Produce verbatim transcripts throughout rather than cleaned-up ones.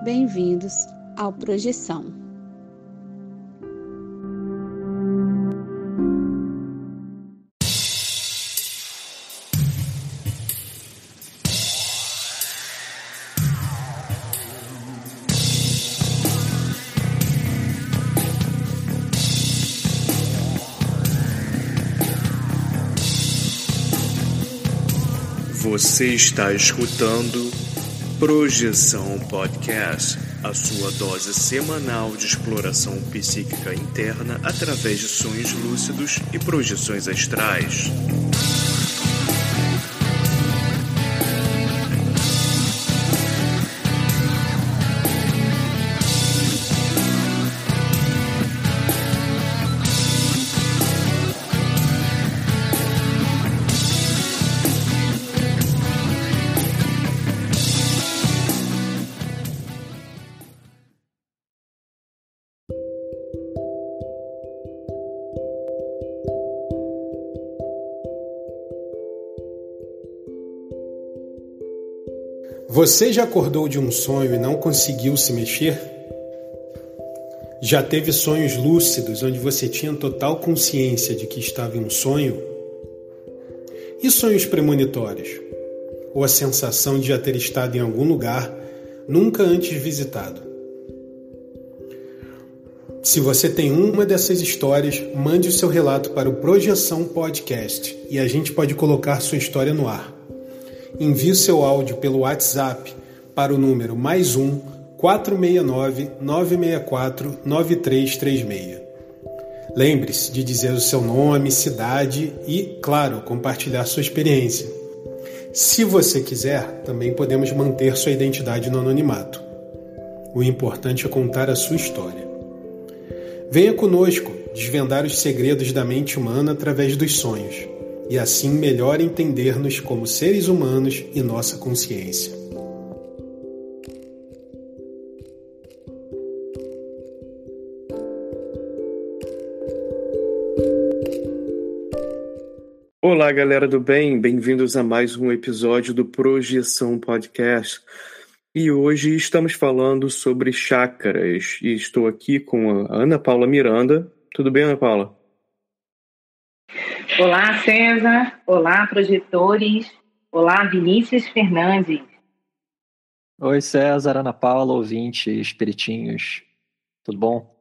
bem-vindos ao Projeção. Você está escutando Projeção Podcast, a sua dose semanal de exploração psíquica interna através de sonhos lúcidos e projeções astrais. Você já acordou de um sonho e não conseguiu se mexer? Já teve sonhos lúcidos onde você tinha total consciência de que estava em um sonho? E sonhos premonitórios? Ou a sensação de já ter estado em algum lugar nunca antes visitado? Se você tem uma dessas histórias, mande o seu relato para o Projeção Podcast e a gente pode colocar sua história no ar. Envie o seu áudio pelo WhatsApp para o número mais um, quatro seis nove, nove seis quatro, nove três três seis. Lembre-se de dizer o seu nome, cidade e, claro, compartilhar sua experiência. Se você quiser, também podemos manter sua identidade no anonimato. O importante é contar a sua história. Venha conosco desvendar os segredos da mente humana através dos sonhos. E assim melhor entender-nos como seres humanos e nossa consciência. Olá, galera do bem, bem-vindos a mais um episódio do Projeção Podcast. E hoje estamos falando sobre chakras. E estou aqui com a Ana Paula Miranda. Tudo bem, Ana Paula? Olá, César. Olá, projetores. Olá, Vinícius Fernandes. Oi, César, Ana Paula, ouvinte, espiritinhos. Tudo bom?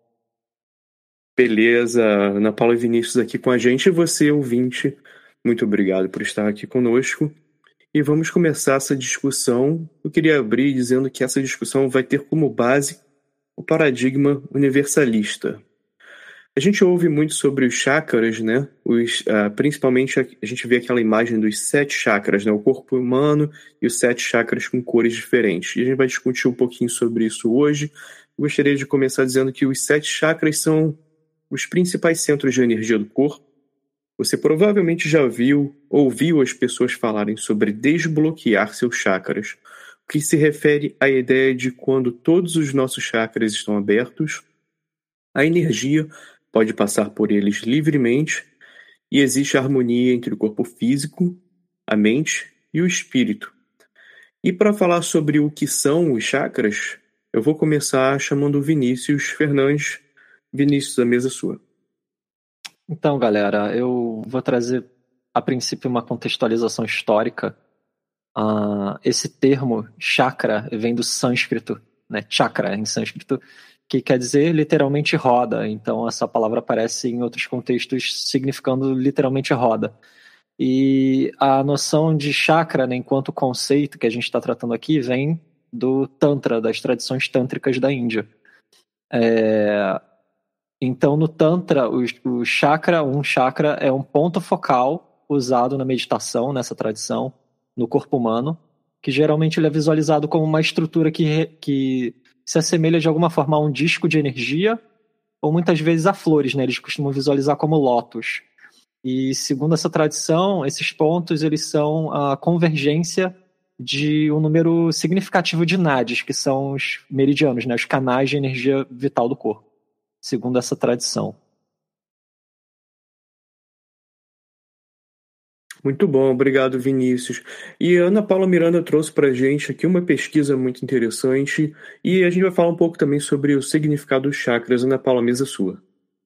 Beleza, Ana Paula e Vinícius aqui com a gente. E você, ouvinte, muito obrigado por estar aqui conosco. E vamos começar essa discussão. Eu queria abrir dizendo que essa discussão vai ter como base o paradigma universalista. A gente ouve muito sobre os chakras, né? Os, uh, principalmente a, a gente vê aquela imagem dos sete chakras, né? O corpo humano e os sete chakras com cores diferentes. E a gente vai discutir um pouquinho sobre isso hoje. Eu gostaria de começar dizendo que os sete chakras são os principais centros de energia do corpo. Você provavelmente já viu, ouviu as pessoas falarem sobre desbloquear seus chakras, o que se refere à ideia de quando todos os nossos chakras estão abertos, a energia pode passar por eles livremente e existe harmonia entre o corpo físico, a mente e o espírito. E para falar sobre o que são os chakras, eu vou começar chamando o Vinícius Fernandes. Vinícius, a mesa é sua. Então, galera, eu vou trazer a princípio uma contextualização histórica. Uh, esse termo chakra vem do sânscrito, né? Chakra em sânscrito, que quer dizer literalmente roda. Então essa palavra aparece em outros contextos significando literalmente roda. E a noção de chakra, né, enquanto conceito que a gente está tratando aqui, vem do Tantra, das tradições tântricas da Índia. É... Então no Tantra, o, o chakra, um chakra é um ponto focal usado na meditação, nessa tradição, no corpo humano, que geralmente ele é visualizado como uma estrutura que... que se assemelha de alguma forma a um disco de energia ou muitas vezes a flores, né? Eles costumam visualizar como lótus. E segundo essa tradição, esses pontos eles são a convergência de um número significativo de nadis, que são os meridianos, né? Os canais de energia vital do corpo, segundo essa tradição. Muito bom, obrigado, Vinícius. E a Ana Paula Miranda trouxe para a gente aqui uma pesquisa muito interessante e a gente vai falar um pouco também sobre o significado dos chakras. Ana Paula, mesa sua.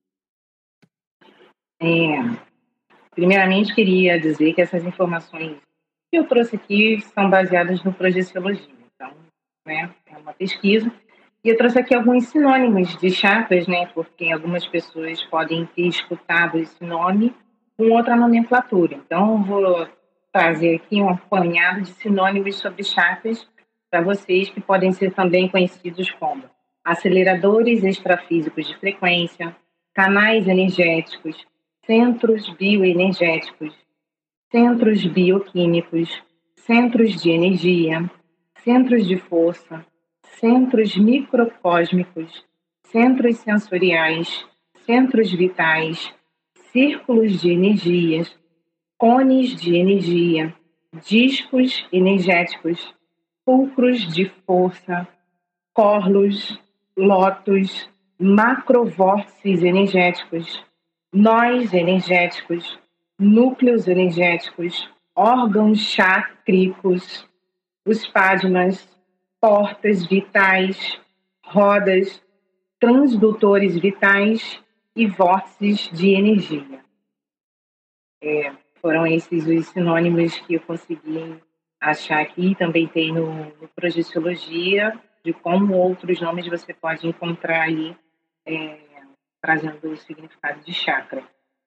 É, primeiramente, queria dizer que essas informações que eu trouxe aqui são baseadas no Projeciologia. Então, né, é uma pesquisa. E eu trouxe aqui alguns sinônimos de chakras, né, porque algumas pessoas podem ter escutado esse nome com outra nomenclatura. Então, eu vou trazer aqui um apanhado de sinônimos sobre chakras para vocês, que podem ser também conhecidos como aceleradores extrafísicos de frequência, canais energéticos, centros bioenergéticos, centros bioquímicos, centros de energia, centros de força, centros microcósmicos, centros sensoriais, centros vitais, círculos de energias, cones de energia, discos energéticos, fulcros de força, corlos, lótus, macrovórtices energéticos, nós energéticos, núcleos energéticos, órgãos chácricos, os padmas, portas vitais, rodas, transdutores vitais e vórtices de energia. É, foram esses os sinônimos que eu consegui achar aqui. Também tem no, no Projeciologia, de como outros nomes você pode encontrar aí, é, trazendo o significado de chakra.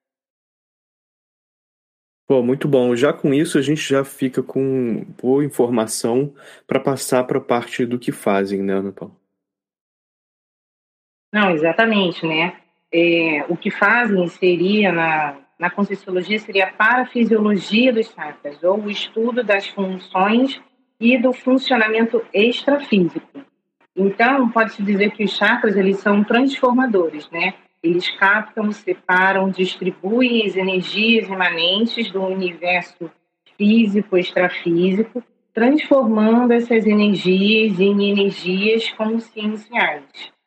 Pô, muito bom. Já com isso, a gente já fica com boa informação para passar para a parte do que fazem, né, Ana Paula? Não, exatamente, né? É, o que fazem seria, na, na Conscienciologia, seria a parafisiologia dos chakras, ou o estudo das funções e do funcionamento extrafísico. Então, pode-se dizer que os chakras, eles são transformadores, né? Eles captam, separam, distribuem as energias imanentes do universo físico, extrafísico, transformando essas energias em energias conscienciais.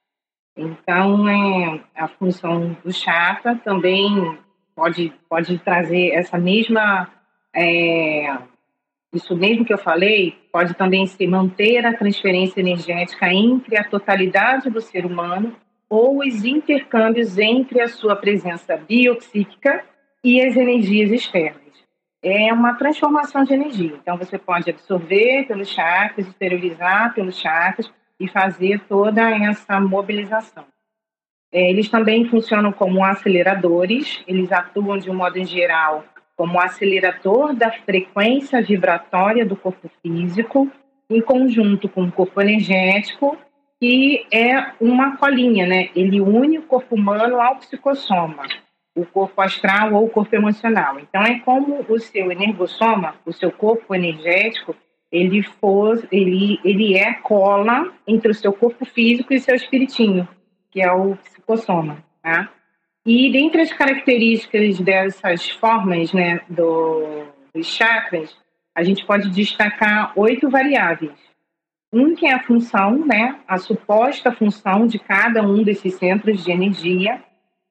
Então, é, a função do chakra também pode, pode trazer essa mesma... É, isso mesmo que eu falei, pode também se manter a transferência energética entre a totalidade do ser humano ou os intercâmbios entre a sua presença biopsíquica e as energias externas. É uma transformação de energia. Então, você pode absorver pelos chakras, exteriorizar pelos chakras e fazer toda essa mobilização. É, eles também funcionam como aceleradores, eles atuam de um modo em geral como acelerador da frequência vibratória do corpo físico, em conjunto com o corpo energético, que é uma colinha, né? Ele une o corpo humano ao psicossoma, o corpo astral ou o corpo emocional. Então, é como o seu energossoma, o seu corpo energético, ele, for, ele, ele é cola entre o seu corpo físico e seu espiritinho, que é o psicossoma, tá? E dentre as características dessas formas, né, do, dos chakras, a gente pode destacar oito variáveis. Um que é a função, né, a suposta função de cada um desses centros de energia.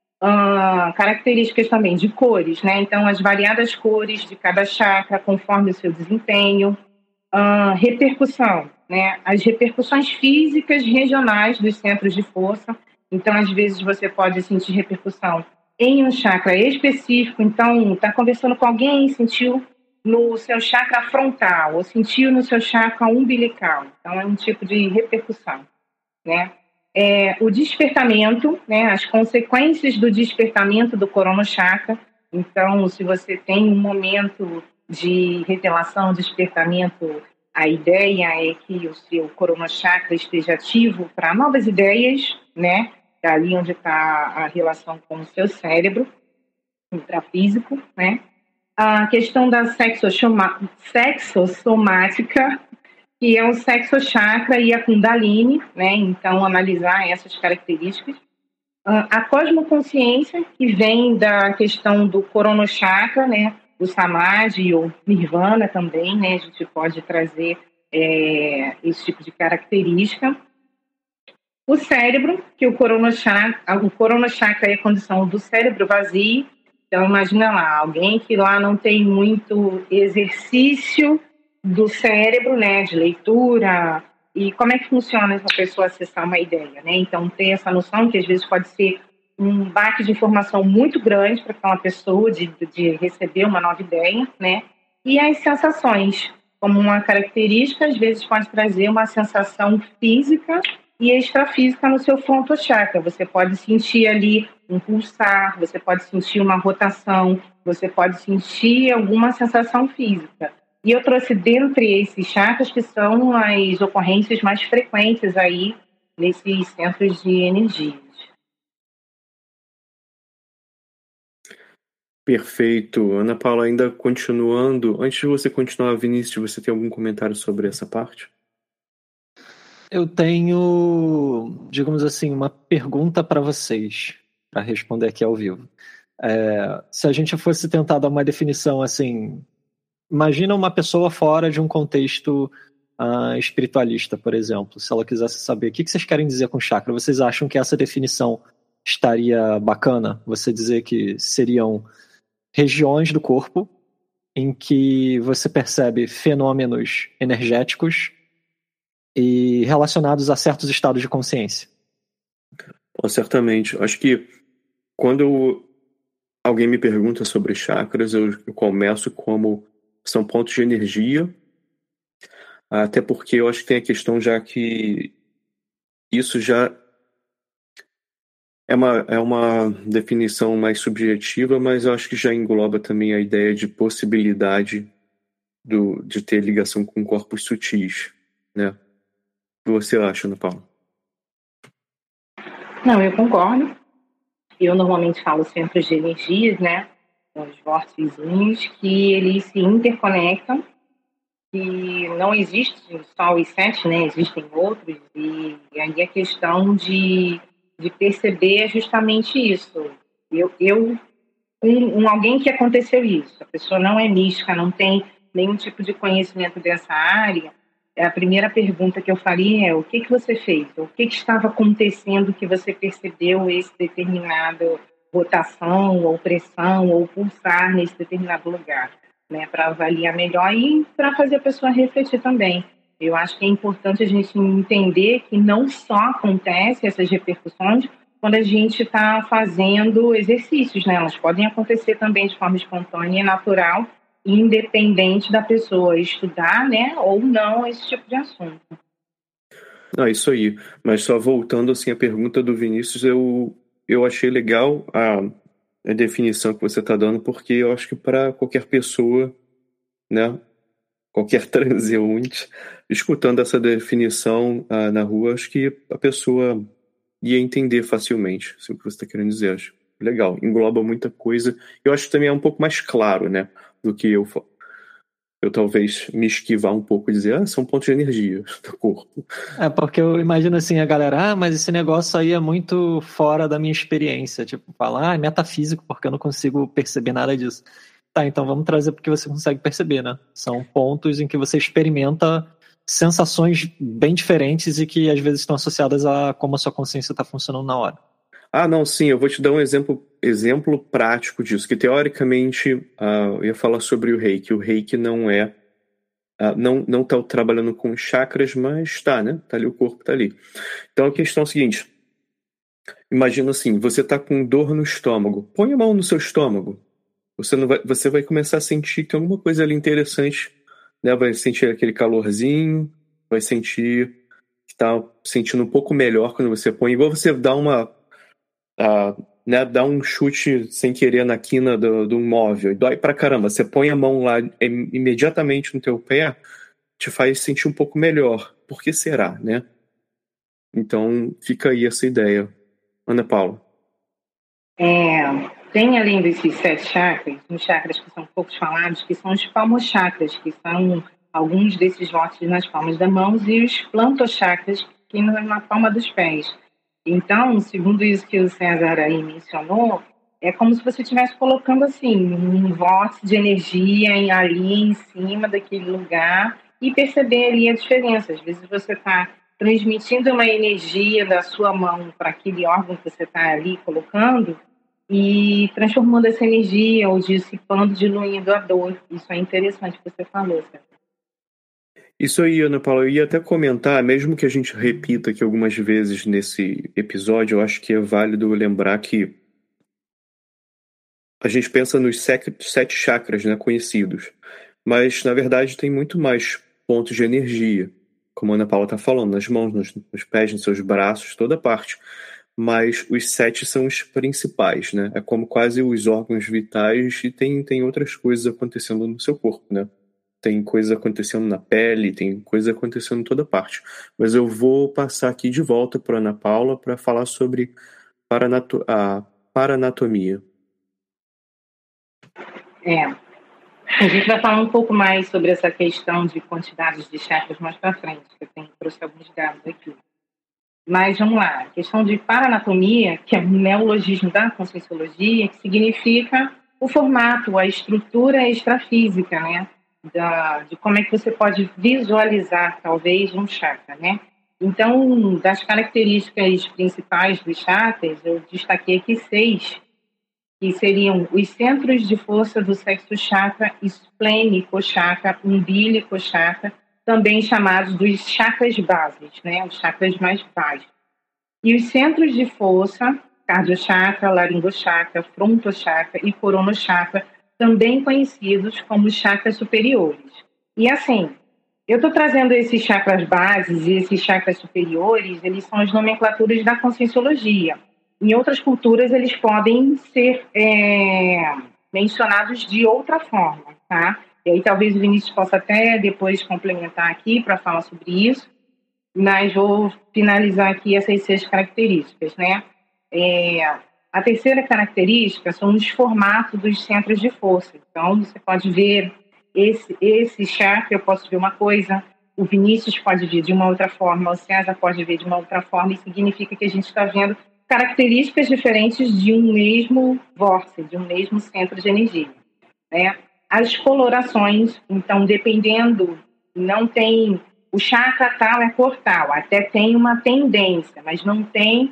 Uh, características também de cores, né? Então, as variadas cores de cada chakra conforme o seu desempenho. Uh, repercussão, né? As repercussões físicas regionais dos centros de força. Então, às vezes, você pode sentir repercussão em um chakra específico. Então, está conversando com alguém, sentiu no seu chakra frontal ou sentiu no seu chakra umbilical. Então, é um tipo de repercussão, né? É, o despertamento, né? As consequências do despertamento do coronochakra. Então, se você tem um momento de revelação, despertamento, a ideia é que o seu coronochakra esteja ativo para novas ideias, né? Ali onde está a relação com o seu cérebro intrafísico, né? A questão da sexossoma, sexossomática, que é o sexochakra e a kundalini, né? Então, analisar essas características. A cosmoconsciência, que vem da questão do coronochakra, né? O samadhi ou nirvana também, né? A gente pode trazer é, esse tipo de característica. O cérebro, que o coronochakra, o coronochakra é a condição do cérebro vazio, Então, imagina lá, alguém que lá não tem muito exercício do cérebro, né, de leitura, e como é que funciona essa pessoa acessar uma ideia, né? Então, ter essa noção que às vezes pode ser um baque de informação muito grande para aquela pessoa de, de receber uma nova ideia, né? E as sensações, como uma característica, às vezes pode trazer uma sensação física e extrafísica no seu frontochakra. Você pode sentir ali um pulsar, você pode sentir uma rotação, você pode sentir alguma sensação física. E eu trouxe dentre esses chakras que são as ocorrências mais frequentes aí nesses centros de energias. Perfeito. Ana Paula, ainda continuando, antes de você continuar, Vinícius, você tem algum comentário sobre essa parte? Eu tenho, digamos assim, uma pergunta para vocês, para responder aqui ao vivo. É, se a gente fosse tentar dar uma definição assim, imagina uma pessoa fora de um contexto uh, espiritualista, por exemplo, se ela quisesse saber o que vocês querem dizer com chakra, vocês acham que essa definição estaria bacana? Você dizer que seriam regiões do corpo em que você percebe fenômenos energéticos e relacionados a certos estados de consciência. Oh, certamente. Acho que quando eu, alguém me pergunta sobre chakras, eu, eu começo como são pontos de energia, até porque eu acho que tem a questão já que isso já é uma, é uma definição mais subjetiva, mas eu acho que já engloba também a ideia de possibilidade do, de ter ligação com corpos sutis, né? O que você acha, Ana Paula? Não, eu concordo. Eu normalmente falo centros de energias, né? Os vórtices que eles se interconectam, e não existe só os sete, né? Existem outros, e, e aí a questão de, de perceber é justamente isso. Eu, eu um, um, alguém que aconteceu isso, a pessoa não é mística, não tem nenhum tipo de conhecimento dessa área, a primeira pergunta que eu faria é: o que, que você fez? O que, que estava acontecendo que você percebeu esse determinado rotação, ou pressão, ou pulsar nesse determinado lugar, né? Para avaliar melhor e para fazer a pessoa refletir também. Eu acho que é importante a gente entender que não só acontece essas repercussões quando a gente está fazendo exercícios, né? Elas podem acontecer também de forma espontânea e natural, independente da pessoa estudar, né, ou não esse tipo de assunto. Não, isso aí. Mas só voltando assim à pergunta do Vinícius, eu, eu achei legal a, a definição que você está dando, porque eu acho que para qualquer pessoa, né, qualquer transeunte, escutando essa definição ah, na rua, acho que a pessoa ia entender facilmente assim, o que você está querendo dizer. Acho legal, engloba muita coisa. Eu acho que também é um pouco mais claro, né, do que eu eu talvez me esquivar um pouco e dizer, ah, são pontos de energia do corpo. É, porque eu imagino assim, a galera, ah, mas esse negócio aí é muito fora da minha experiência. Tipo, falar, ah, é metafísico, porque eu não consigo perceber nada disso. Tá, então vamos trazer porque você consegue perceber, né? São pontos em que você experimenta sensações bem diferentes e que às vezes estão associadas a como a sua consciência está funcionando na hora. Ah, não, sim, eu vou te dar um exemplo, exemplo prático disso, que teoricamente uh, eu ia falar sobre o reiki. O reiki não é, uh, não, não tá trabalhando com chakras, mas tá, né? Tá ali, o corpo tá ali. Então a questão é a seguinte, imagina assim, você tá com dor no estômago, põe a mão no seu estômago, você, não vai, você vai começar a sentir que tem alguma coisa ali interessante, né? Vai sentir aquele calorzinho, vai sentir que tá sentindo um pouco melhor quando você põe, igual você dá uma Uh, né, dá um chute sem querer na quina do, do móvel, e dói pra caramba, você põe a mão lá im- imediatamente no teu pé, te faz sentir um pouco melhor. Por que será, né? Então fica aí essa ideia. Ana Paula. É, tem além desses sete chakras, uns chakras que são poucos falados, que são os palmochakras, que são alguns desses vórtices nas palmas das mãos, e os plantochakras, que na palma dos pés. Então, segundo isso que o César aí mencionou, é como se você estivesse colocando assim um vórtice de energia ali em cima daquele lugar e perceber ali a diferença. Às vezes você está transmitindo uma energia da sua mão para aquele órgão que você está ali colocando, e transformando essa energia ou dissipando, diluindo a dor. Isso é interessante que você falou, César. Isso aí, Ana Paula, eu ia até comentar, mesmo que a gente repita aqui algumas vezes nesse episódio, eu acho que é válido lembrar que a gente pensa nos sete, sete chakras, né, conhecidos, mas na verdade tem muito mais pontos de energia, como a Ana Paula está falando, nas mãos, nos, nos pés, nos seus braços, toda parte. Mas os sete são os principais, né? É como quase os órgãos vitais e tem, tem outras coisas acontecendo no seu corpo, né? Tem coisa acontecendo na pele, tem coisa acontecendo em toda parte. Mas eu vou passar aqui de volta para a Ana Paula para falar sobre paranato- a paranatomia. É, a gente vai falar um pouco mais sobre essa questão de quantidades de chakras mais para frente, que eu tenho, trouxe alguns dados aqui. Mas vamos lá, a questão de paranatomia, que é um neologismo da Conscienciologia, que significa o formato, a estrutura extrafísica, né? Da, de como é que você pode visualizar, talvez, um chakra, né? Então, das características principais dos chakras, eu destaquei aqui seis, que seriam os centros de força do sexto chakra, esplênico chakra, umbilico chakra, também chamados dos chakras bases, né? Os chakras mais baixos. E os centros de força, cardiochakra, laringochakra, frontochakra e coronochakra, também conhecidos como chakras superiores. E assim, eu estou trazendo esses chakras bases e esses chakras superiores, eles são as nomenclaturas da Conscienciologia. Em outras culturas, eles podem ser é, mencionados de outra forma, tá? E aí talvez o Vinícius possa até depois complementar aqui para falar sobre isso, mas vou finalizar aqui essas seis características, né? É, a terceira característica são os formatos dos centros de força. Então, você pode ver esse, esse chakra, eu posso ver uma coisa, o Vinícius pode ver de uma outra forma, o César pode ver de uma outra forma, e significa que a gente está vendo características diferentes de um mesmo vórtice, de um mesmo centro de energia, né? As colorações, então, dependendo, não tem... O chakra tal é cor tal, até tem uma tendência, mas não tem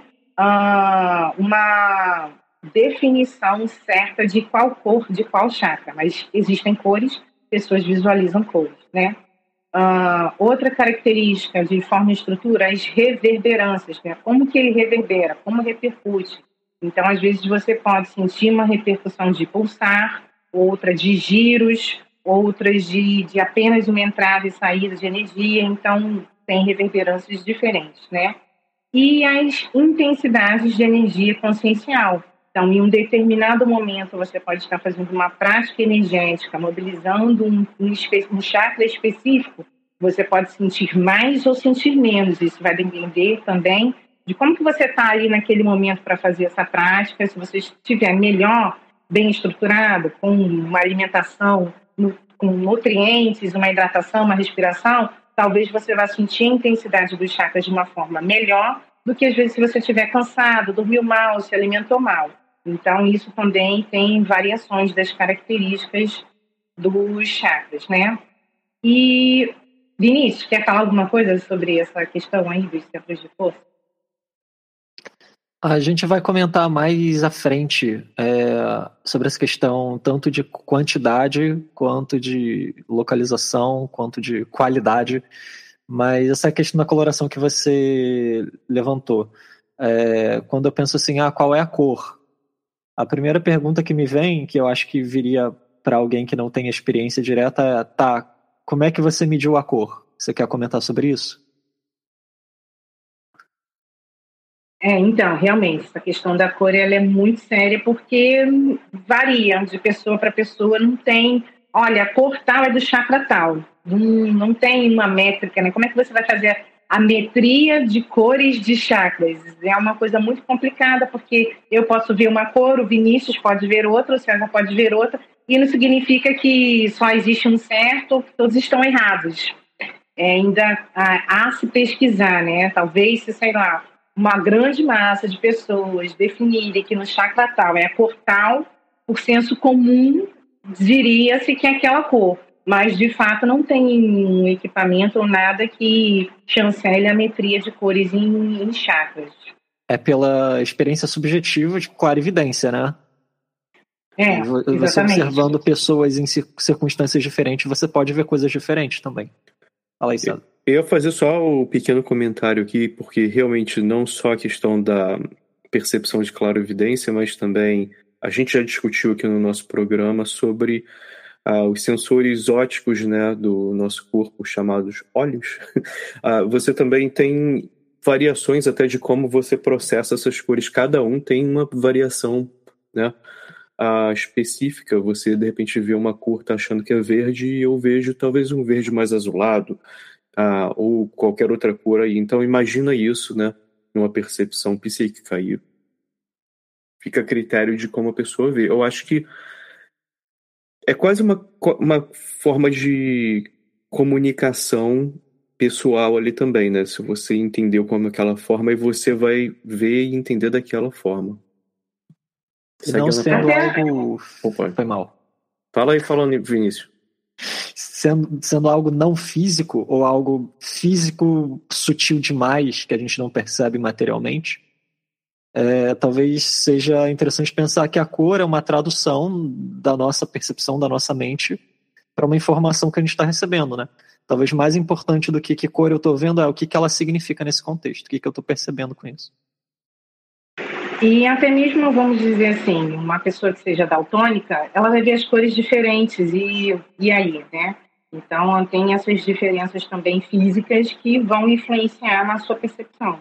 uh, uma definição certa de qual cor, de qual chakra. Mas existem cores, pessoas visualizam cores, né? Uh, outra característica de forma e estrutura, as reverberâncias, né? Como que ele reverbera, como repercute. Então, às vezes, você pode sentir uma repercussão de pulsar, outra de giros, outras de, de apenas uma entrada e saída de energia. Então, tem reverberâncias diferentes, né? E as intensidades de energia consciencial. Então, em um determinado momento, você pode estar fazendo uma prática energética, mobilizando um, um, um chakra específico, você pode sentir mais ou sentir menos. Isso vai depender também de como que você está ali naquele momento para fazer essa prática. Se você estiver melhor, bem estruturado, com uma alimentação, com nutrientes, uma hidratação, uma respiração, talvez você vá sentir a intensidade dos chakras de uma forma melhor do que, às vezes, se você estiver cansado, dormiu mal, se alimentou mal. Então, isso também tem variações das características dos chakras, né? E, Vinícius, quer falar alguma coisa sobre essa questão aí dos centros de força? A gente vai comentar mais à frente é, sobre essa questão tanto de quantidade, quanto de localização, quanto de qualidade, mas essa questão da coloração que você levantou, é, quando eu penso assim, ah, qual é a cor? A primeira pergunta que me vem, que eu acho que viria para alguém que não tem experiência direta, é, tá, como é que você mediu a cor? Você quer comentar sobre isso? É, então, realmente, essa questão da cor ela é muito séria porque varia de pessoa para pessoa, não tem, olha, a cor tal é do chakra tal, não, não tem uma métrica, né? Como é que você vai fazer a metria de cores de chakras? É uma coisa muito complicada, porque eu posso ver uma cor, o Vinícius pode ver outra, o César pode ver outra, e não significa que só existe um certo, que todos estão errados. É, ainda há, há se pesquisar, né? Talvez, se, sei lá, uma grande massa de pessoas definirem que no chakra tal é a cor tal, por senso comum, diria-se que é aquela cor. Mas, de fato, não tem um equipamento ou nada que chancele a metria de cores em, em chakras. É pela experiência subjetiva de clarividência, né? É, você exatamente. observando pessoas em circunstâncias diferentes, você pode ver coisas diferentes também. Fala aí, César. Eu ia fazer só o um pequeno comentário aqui, porque realmente não só a questão da percepção de clarividência, mas também a gente já discutiu aqui no nosso programa sobre ah, os sensores ópticos, né, do nosso corpo, chamados olhos. ah, você também tem variações até de como você processa essas cores. Cada um tem uma variação, né, ah, específica. Você, de repente, vê uma cor, tá achando que é verde, e eu vejo talvez um verde mais azulado, ah, ou qualquer outra cor aí. Então, imagina isso, né, numa percepção psíquica aí. Fica a critério de como a pessoa vê. Eu acho que é quase uma, uma forma de comunicação pessoal ali também, né? Se você entendeu como aquela forma, e você vai ver e entender daquela forma. E não sendo algo... Opa. Foi mal. Fala aí, falando, Vinícius. Sendo, sendo algo não físico, ou algo físico sutil demais, que a gente não percebe materialmente, é, talvez seja interessante pensar que a cor é uma tradução da nossa percepção, da nossa mente, para uma informação que a gente está recebendo, né? Talvez mais importante do que que cor eu estou vendo é o que, que ela significa nesse contexto, o que, que eu estou percebendo com isso. E até mesmo, vamos dizer assim, uma pessoa que seja daltônica, ela vai ver as cores diferentes, e, e aí, né? Então, tem essas diferenças também físicas que vão influenciar na sua percepção.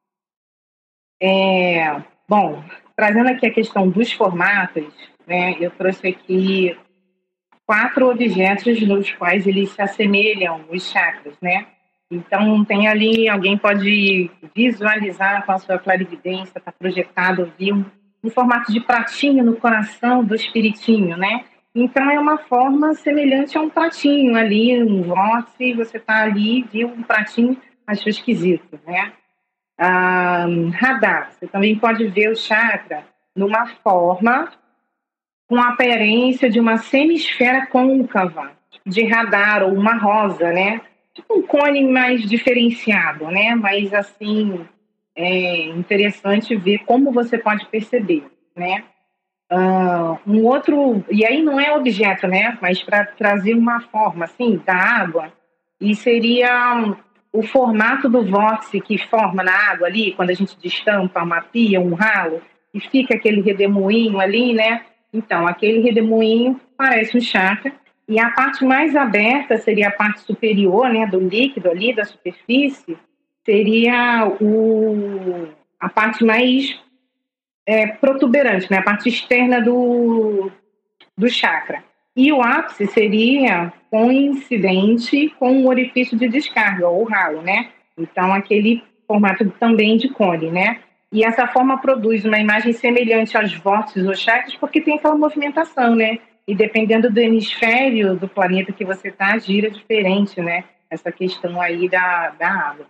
É, bom, trazendo aqui a questão dos formatos, né, eu trouxe aqui quatro objetos nos quais eles se assemelham, os chakras, né? Então, tem ali, alguém pode visualizar com a sua clarividência, está projetado, viu, um formato de pratinho no coração do espiritinho, né? Então, é uma forma semelhante a um pratinho ali, um vórtice, você está ali, viu um pratinho, achou esquisito, né? Ah, radar, você também pode ver o chakra numa forma com a aparência de uma semisfera côncava, de radar, ou uma rosa, né? Tipo um cone mais diferenciado, né? Mas, assim, é interessante ver como você pode perceber, né? Uh, um outro... E aí não é objeto, né? Mas para trazer uma forma, assim, da água, e seria o formato do vórtice que forma na água ali, quando a gente destampa uma pia, um ralo, e fica aquele redemoinho ali, né? Então, aquele redemoinho parece um chakra. E a parte mais aberta seria a parte superior, né, do líquido ali, da superfície, seria o, a parte mais é, protuberante, né, a parte externa do, do chakra. E o ápice seria coincidente com o orifício de descarga, ou ralo, né? Então, aquele formato também de cone, né? E essa forma produz uma imagem semelhante aos vórtices ou chakras, porque tem aquela movimentação, né? E dependendo do hemisfério do planeta que você está, gira diferente, né? Essa questão aí da, da água.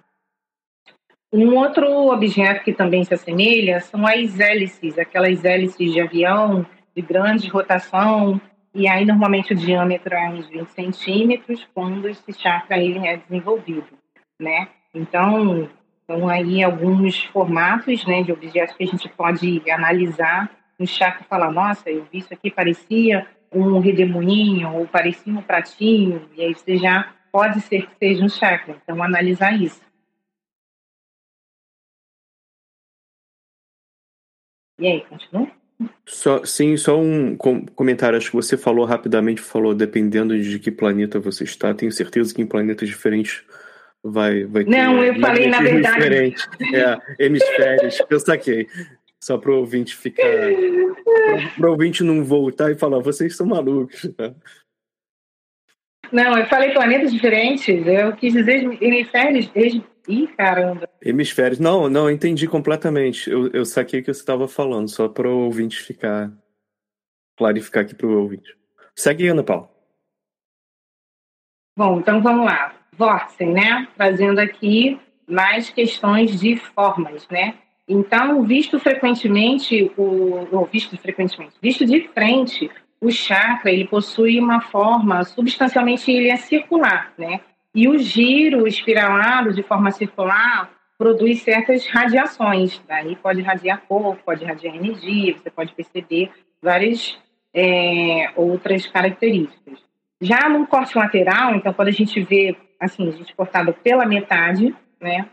Um outro objeto que também se assemelha são as hélices, aquelas hélices de avião de grande rotação, e aí normalmente o diâmetro é uns vinte centímetros quando esse chakra ele é desenvolvido, né? Então, são aí alguns formatos, né, de objetos que a gente pode analisar no chakra e falar, nossa, eu vi isso aqui, parecia um redemoinho, ou parecia um pratinho, e aí você já pode ser que seja um chakra. Então, analisar isso. E aí, continua? Só, sim, só um com, comentário. Acho que você falou rapidamente, falou dependendo de que planeta você está. Tenho certeza que em planetas diferentes vai, vai ter... Não, eu falei na verdade... Diferente. É, hemisférios. Eu saquei. Só para o ouvinte ficar... Para o ouvinte não voltar e falar, vocês são malucos. Não, eu falei planetas diferentes. Eu quis dizer hemisférios... Ih, caramba. Hemisférios. Não, não, entendi completamente. Eu, eu saquei o que você estava falando, só para o ouvinte ficar... Clarificar aqui para o ouvinte. Segue, Ana Paula. Bom, então vamos lá. Vórtice, né? Trazendo aqui mais questões de formas, né? Então, visto frequentemente, o, ou visto frequentemente, visto de frente, o chakra, ele possui uma forma, substancialmente ele é circular, né? E o giro espiralado de forma circular produz certas radiações. Daí pode radiar cor, pode radiar energia, você pode perceber várias é, outras características. Já no corte lateral, então, quando a gente vê, assim, a gente cortado pela metade, né?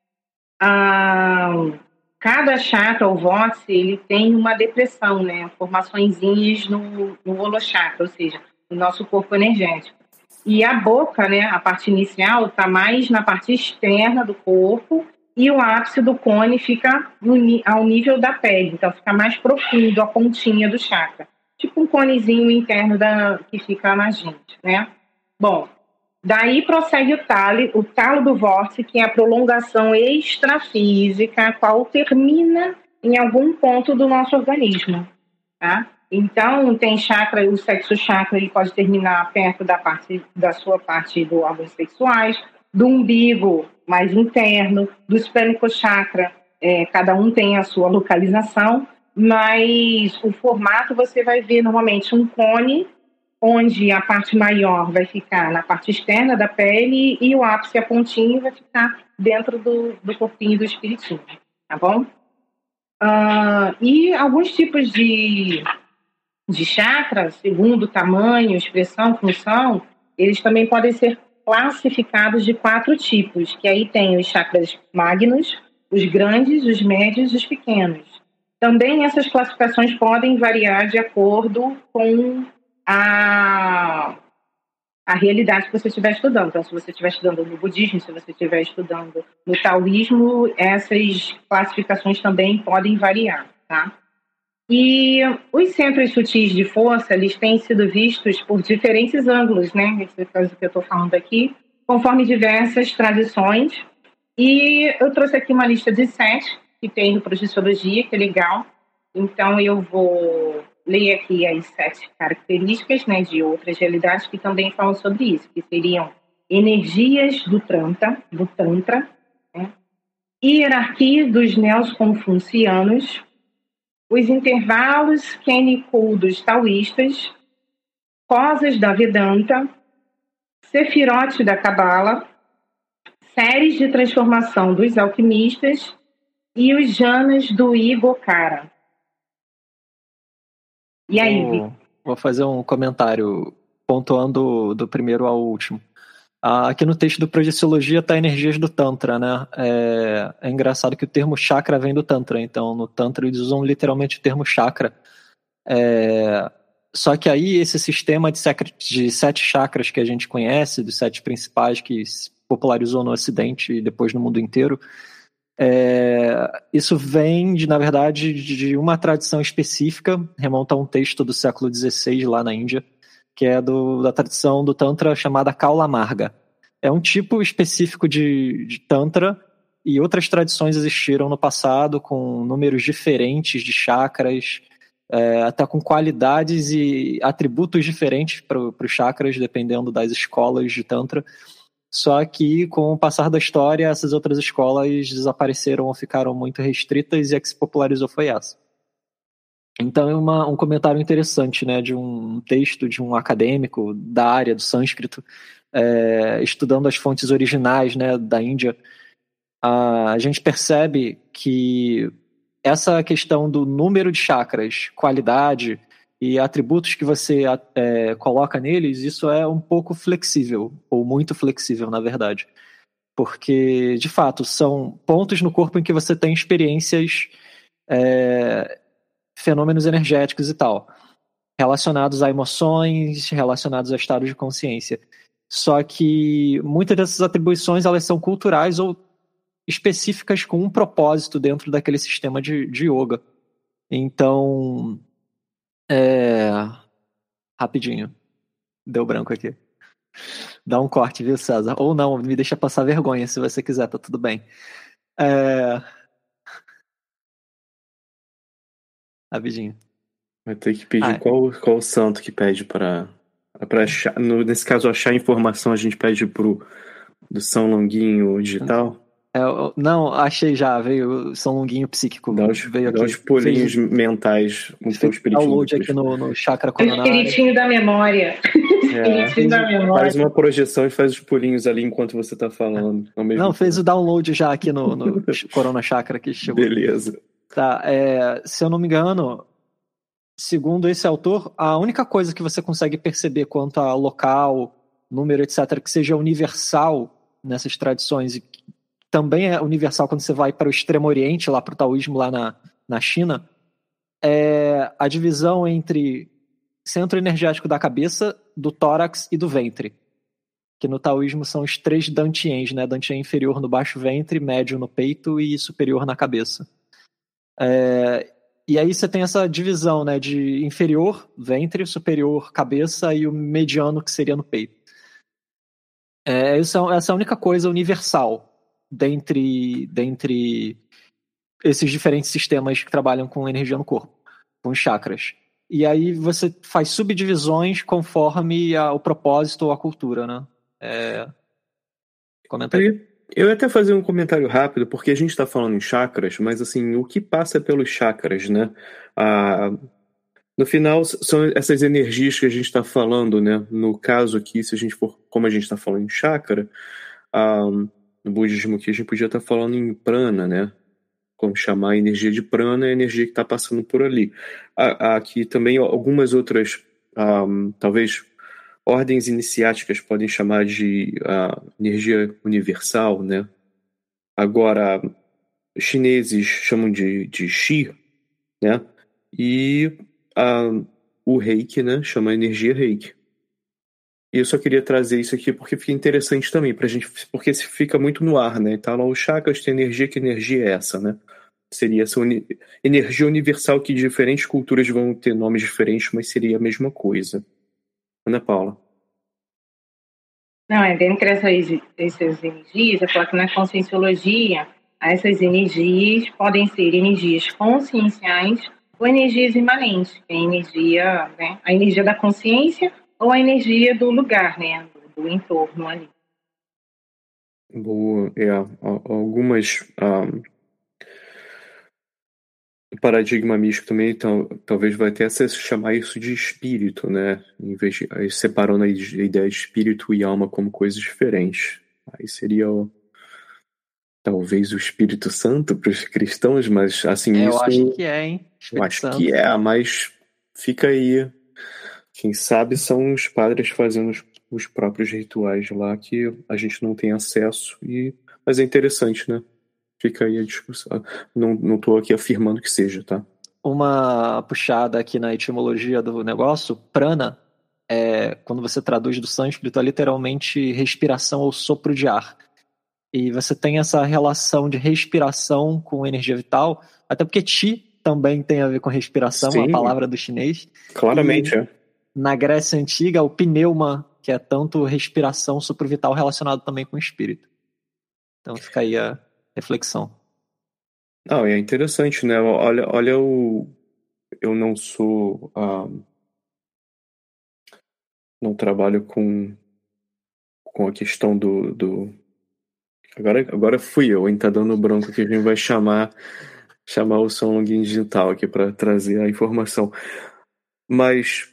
Ah, cada chakra, ou vórtice, ele tem uma depressão, né? Formaçõezinhas no, no holochakra, ou seja, no nosso corpo energético. E a boca, né, a parte inicial, está mais na parte externa do corpo, e o ápice do cone fica no, ao nível da pele, então fica mais profundo, a pontinha do chakra. Tipo um conezinho interno da, que fica na gente, né? Bom, daí prossegue o talo, o talo do vórtice, que é a prolongação extrafísica, a qual termina em algum ponto do nosso organismo, tá? Então, tem chakra, o sexo chakra, ele pode terminar perto da, parte, da sua parte dos órgãos sexuais, do umbigo mais interno, do esférico chakra, é, cada um tem a sua localização, mas o formato você vai ver normalmente um cone, onde a parte maior vai ficar na parte externa da pele e o ápice, a pontinha, vai ficar dentro do, do corpinho do espiritinho, tá bom? Uh, e alguns tipos de, de chakras, segundo tamanho, expressão, função, eles também podem ser classificados de quatro tipos, que aí tem os chakras magnos, os grandes, os médios e os pequenos. Também essas classificações podem variar de acordo com a, a realidade que você estiver estudando. Então, se você estiver estudando no budismo, se você estiver estudando no taoísmo, essas classificações também podem variar, tá? E os centros sutis de força, eles têm sido vistos por diferentes ângulos, né? Esse caso que eu estou falando aqui, conforme diversas tradições. E eu trouxe aqui uma lista de sete que tem no Projeciologia, que é legal. Então, eu vou ler aqui as sete características, né, de outras realidades que também falam sobre isso, que seriam energias do Tantra, do tantra, né? Hierarquia dos neos-confucianos, os intervalos Kenny-Ku dos taoístas, Rosas da Vedanta, Sefirote da Cabala, séries de transformação dos alquimistas e os janas do Igokara. E aí, vou, vou fazer um comentário pontuando do primeiro ao último. Ah, aqui no texto do Projeciologia está energias do Tantra, né? É, é engraçado que o termo chakra vem do Tantra, então no Tantra eles usam literalmente o termo chakra. É, só que aí esse sistema de, sec- de sete chakras que a gente conhece, dos sete principais que se popularizou no Ocidente e depois no mundo inteiro, é, isso vem, de, na verdade, de uma tradição específica, remonta a um texto do século dezesseis lá na Índia, que é do, da tradição do Tantra chamada Kaula Marga. É um tipo específico de, de Tantra, e outras tradições existiram no passado com números diferentes de chakras, é, até com qualidades e atributos diferentes para os chakras, dependendo das escolas de Tantra. Só que, com o passar da história, essas outras escolas desapareceram ou ficaram muito restritas, e a que se popularizou foi essa. Então é uma, um comentário interessante, né, de um texto de um acadêmico da área do sânscrito, é, estudando as fontes originais, né, da Índia. A gente percebe que essa questão do número de chakras, qualidade e atributos que você é, coloca neles, isso é um pouco flexível, ou muito flexível, na verdade. Porque, de fato, são pontos no corpo em que você tem experiências, é, fenômenos energéticos e tal, relacionados a emoções, relacionados a estados de consciência. Só que muitas dessas atribuições, elas são culturais ou específicas com um propósito dentro daquele sistema de, de yoga. Então, é... rapidinho, deu branco aqui. Dá um corte, viu, César? Ou não, me deixa passar vergonha se você quiser, tá tudo bem. É... Rapidinho. Vai ter que pedir ah, qual, qual santo que pede para achar. No, nesse caso, achar informação, a gente pede pro do São Longuinho digital. É, não, achei já, veio São Longuinho psíquico. Dá os, veio dá aqui. os pulinhos fez, mentais com o teu fez espiritinho. Download aqui no, no chakra O coronário. espiritinho da memória. É, Espiritinho da memória. faz uma projeção e faz os pulinhos ali enquanto você tá falando. Ao mesmo Não, tempo. fez o download já aqui no, no Corona Chakra que chegou. Beleza. Tá, é, se eu não me engano, segundo esse autor, a única coisa que você consegue perceber quanto a local, número, etcétera, que seja universal nessas tradições, e que também é universal quando você vai para o Extremo Oriente, lá para o taoísmo, lá na, na China, é a divisão entre centro energético da cabeça, do tórax e do ventre. Que no taoísmo são os três dantians, né? Dantian inferior no baixo ventre, médio no peito e superior na cabeça. É, e aí você tem essa divisão, né, de inferior, ventre, superior, cabeça e o mediano, que seria no peito. É, essa, essa é a única coisa universal dentre, dentre esses diferentes sistemas que trabalham com energia no corpo, com os chakras. E aí você faz subdivisões conforme a, o propósito ou a cultura, né? É... Comenta aí. Eu ia até fazer um comentário rápido, porque a gente está falando em chakras, mas assim, o que passa pelos chakras, né? Ah, no final, são essas energias que a gente está falando, né? No caso aqui, se a gente for, como a gente está falando em chakra, ah, no budismo aqui a gente podia estar tá falando em prana, né? Como chamar a energia de prana, é a energia que está passando por ali. Aqui também algumas outras, um, talvez, ordens iniciáticas podem chamar de uh, energia universal, né? Agora, os chineses chamam de, de Qi, né? E uh, o Reiki, né? Chama energia Reiki. E eu só queria trazer isso aqui porque fica interessante também pra gente, porque fica muito no ar, né? Então, lá, os chakras têm energia, que energia é essa, né? Seria essa uni- energia universal que diferentes culturas vão ter nomes diferentes, mas seria a mesma coisa. Ana Paula. Não, é dentre essas, essas energias, eu falo que na conscienciologia, essas energias podem ser energias conscienciais ou energias imanentes, que é a energia, né, a energia da consciência ou a energia do lugar, né, do, do entorno ali. Boa, é, algumas... Um... O paradigma místico também, então, talvez vai até se chamar isso de espírito, né? Em vez de, aí, separando a ideia de espírito e alma como coisas diferentes. Aí seria o, talvez o Espírito Santo para os cristãos, mas assim, é, isso... Eu acho que é, hein? Espírito eu acho Santo. que é, mas fica aí. Quem sabe são os padres fazendo os, os próprios rituais lá que a gente não tem acesso, e, mas é interessante, né? Fica aí a discussão. Não, não tô aqui afirmando que seja, tá? Uma puxada aqui na etimologia do negócio, prana, é, quando você traduz do sânscrito, é literalmente respiração ou sopro de ar. E você tem essa relação de respiração com energia vital, até porque chi também tem a ver com respiração, Sim, a palavra do chinês. claramente, e é. Na Grécia Antiga, o pneuma, que é tanto respiração, sopro vital, relacionado também com o espírito. Então fica aí a reflexão. Não, é interessante, né? Olha, olha o... Eu não sou... Um... Não trabalho com... com a questão do... do... Agora, agora fui eu, hein? Tá dando branco que a gente vai chamar... chamar o Som Longuinho Digital aqui para trazer a informação. Mas...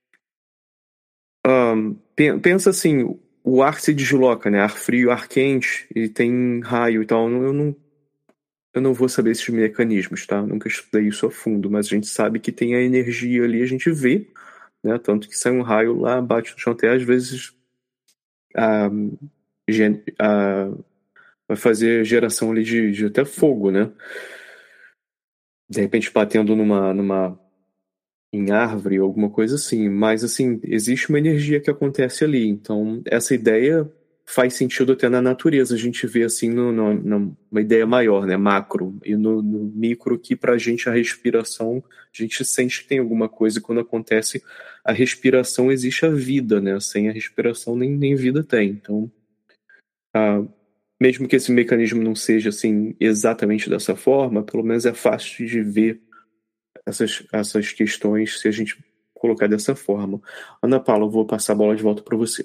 Um, pensa assim... O ar se desloca, né? Ar frio, ar quente, e tem raio e tal. Eu não... Eu não vou saber esses mecanismos, tá? Nunca estudei isso a fundo, mas a gente sabe que tem a energia ali, a gente vê, né? Tanto que sai um raio lá, bate no chão, até às vezes a, a, vai fazer geração ali de, de até fogo, né? De repente batendo numa, numa em árvore, alguma coisa assim. Mas, assim, existe uma energia que acontece ali. Então, essa ideia faz sentido até na natureza, a gente vê assim no, no, numa ideia maior, né, macro, e no, no micro que pra gente a respiração, a gente sente que tem alguma coisa, e quando acontece a respiração existe a vida, né, sem a respiração nem, nem vida tem, então ah, mesmo que esse mecanismo não seja assim exatamente dessa forma, pelo menos é fácil de ver essas, essas questões se a gente colocar dessa forma. Ana Paula, eu vou passar a bola de volta para você.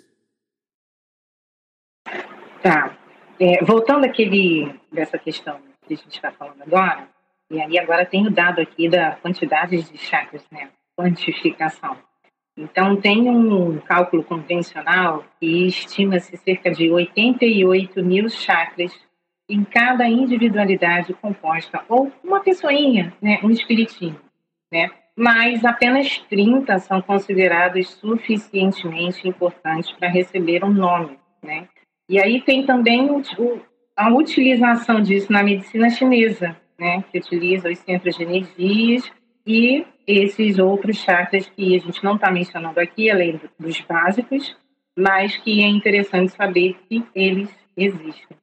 Tá. É, voltando àquele, dessa questão que a gente está falando agora, e aí agora tem o dado aqui da quantidade de chakras, né? Quantificação. Então, tem um cálculo convencional que estima-se cerca de oitenta e oito mil chakras em cada individualidade composta, ou uma pessoinha, né? Um espiritinho, né? mas apenas trinta são considerados suficientemente importantes para receber um nome, né? E aí tem também o, o, a utilização disso na medicina chinesa, né? Que utiliza os centros de energias e esses outros chakras que a gente não está mencionando aqui, além dos básicos, mas que é interessante saber que eles existem.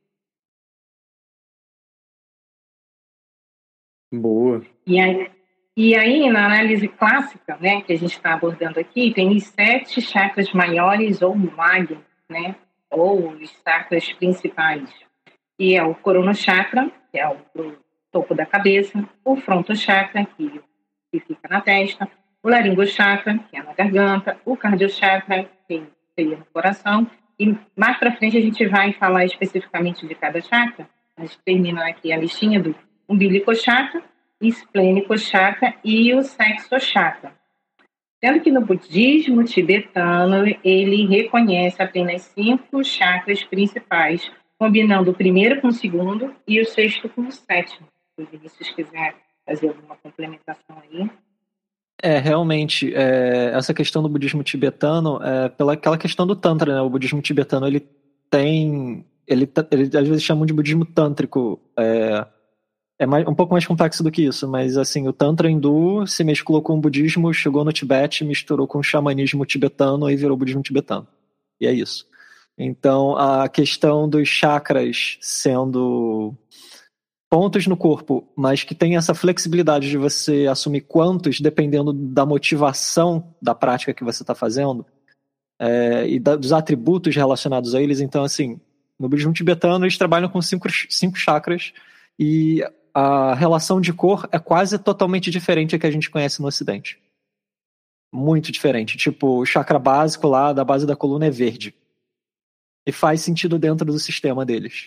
Boa. E aí, e aí, na análise clássica, né, que a gente está abordando aqui, tem os sete chakras maiores ou magnos, né, ou os chakras principais, que é o Corona Chakra, que é o topo da cabeça, o Fronto Chakra, que, que fica na testa, o Laringo Chakra, que é na garganta, o Cardio Chakra, que seria no coração, e mais para frente a gente vai falar especificamente de cada chakra. A gente termina aqui a listinha do Umbilical Chakra, Esplênico Chakra e o Sexo Chakra. Sendo que no budismo tibetano, ele reconhece apenas cinco chakras principais, combinando o primeiro com o segundo e o sexto com o sétimo. Se o Vinícius quiser fazer alguma complementação aí. É, realmente, é, essa questão do budismo tibetano, é pela aquela questão do Tantra, né? O budismo tibetano, ele tem... Ele, ele às vezes chamam de budismo tântrico, é, é mais, um pouco mais complexo do que isso, mas assim, o Tantra hindu se mesclou com o budismo, chegou no Tibete, misturou com o xamanismo tibetano e virou budismo tibetano. E é isso. Então, a questão dos chakras sendo pontos no corpo, mas que tem essa flexibilidade de você assumir quantos, dependendo da motivação da prática que você está fazendo, é, e da, dos atributos relacionados a eles. Então, assim, no budismo tibetano, eles trabalham com cinco, cinco chakras, e a relação de cor é quase totalmente diferente da que a gente conhece no Ocidente. Muito diferente. Tipo, o chakra básico lá, da base da coluna, é verde. E faz sentido dentro do sistema deles.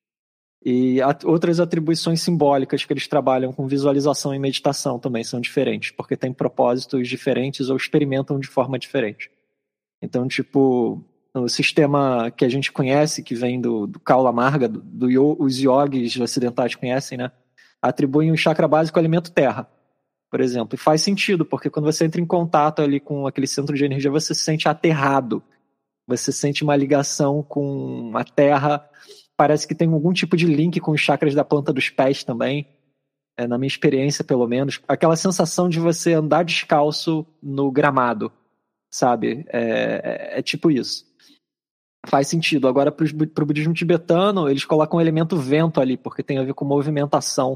E at- outras atribuições simbólicas que eles trabalham com visualização e meditação também são diferentes, porque têm propósitos diferentes ou experimentam de forma diferente. Então, tipo, o sistema que a gente conhece, que vem do, do Kaula Marga, do, do, os yogis ocidentais conhecem, né? Atribuem o chakra básico ao elemento terra, por exemplo. E faz sentido, porque quando você entra em contato ali com aquele centro de energia, você se sente aterrado. Você sente uma ligação com a terra. Parece que tem algum tipo de link com os chakras da planta dos pés também. É, na minha experiência, pelo menos. Aquela sensação de você andar descalço no gramado, sabe? É, é, é tipo isso. Faz sentido. Agora, para o budismo tibetano, eles colocam o elemento vento ali, porque tem a ver com movimentação.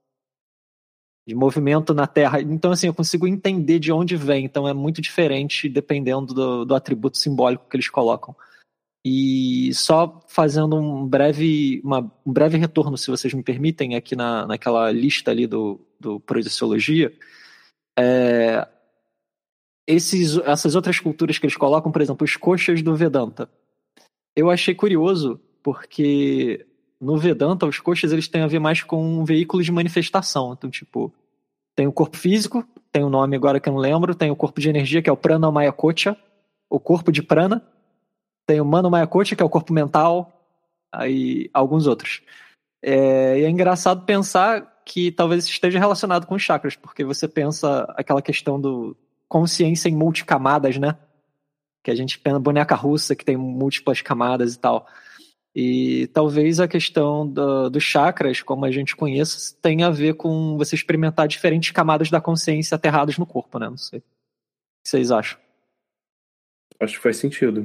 De movimento na terra. Então, assim, eu consigo entender de onde vem. Então, é muito diferente dependendo do, do atributo simbólico que eles colocam. E só fazendo um breve, uma, um breve retorno, se vocês me permitem, aqui na, naquela lista ali do, do Projeciologia, é, esses, essas outras culturas que eles colocam, por exemplo, os koshas do Vedanta. Eu achei curioso, porque no Vedanta, os koshas eles têm a ver mais com um veículo de manifestação. Então, tipo, tem o corpo físico, tem o um nome agora que eu não lembro, tem o corpo de energia, que é o Prana Maya Kocha, o corpo de Prana, tem o Mano Maya Kocha, que é o corpo mental, aí alguns outros. É, e é engraçado pensar que talvez isso esteja relacionado com os chakras, porque você pensa aquela questão do consciência em multicamadas, né? Que a gente pensa boneca russa, que tem múltiplas camadas e tal. E talvez a questão do, dos chakras, como a gente conhece, tenha a ver com você experimentar diferentes camadas da consciência aterradas no corpo, né? Não sei. O que vocês acham? Acho que faz sentido.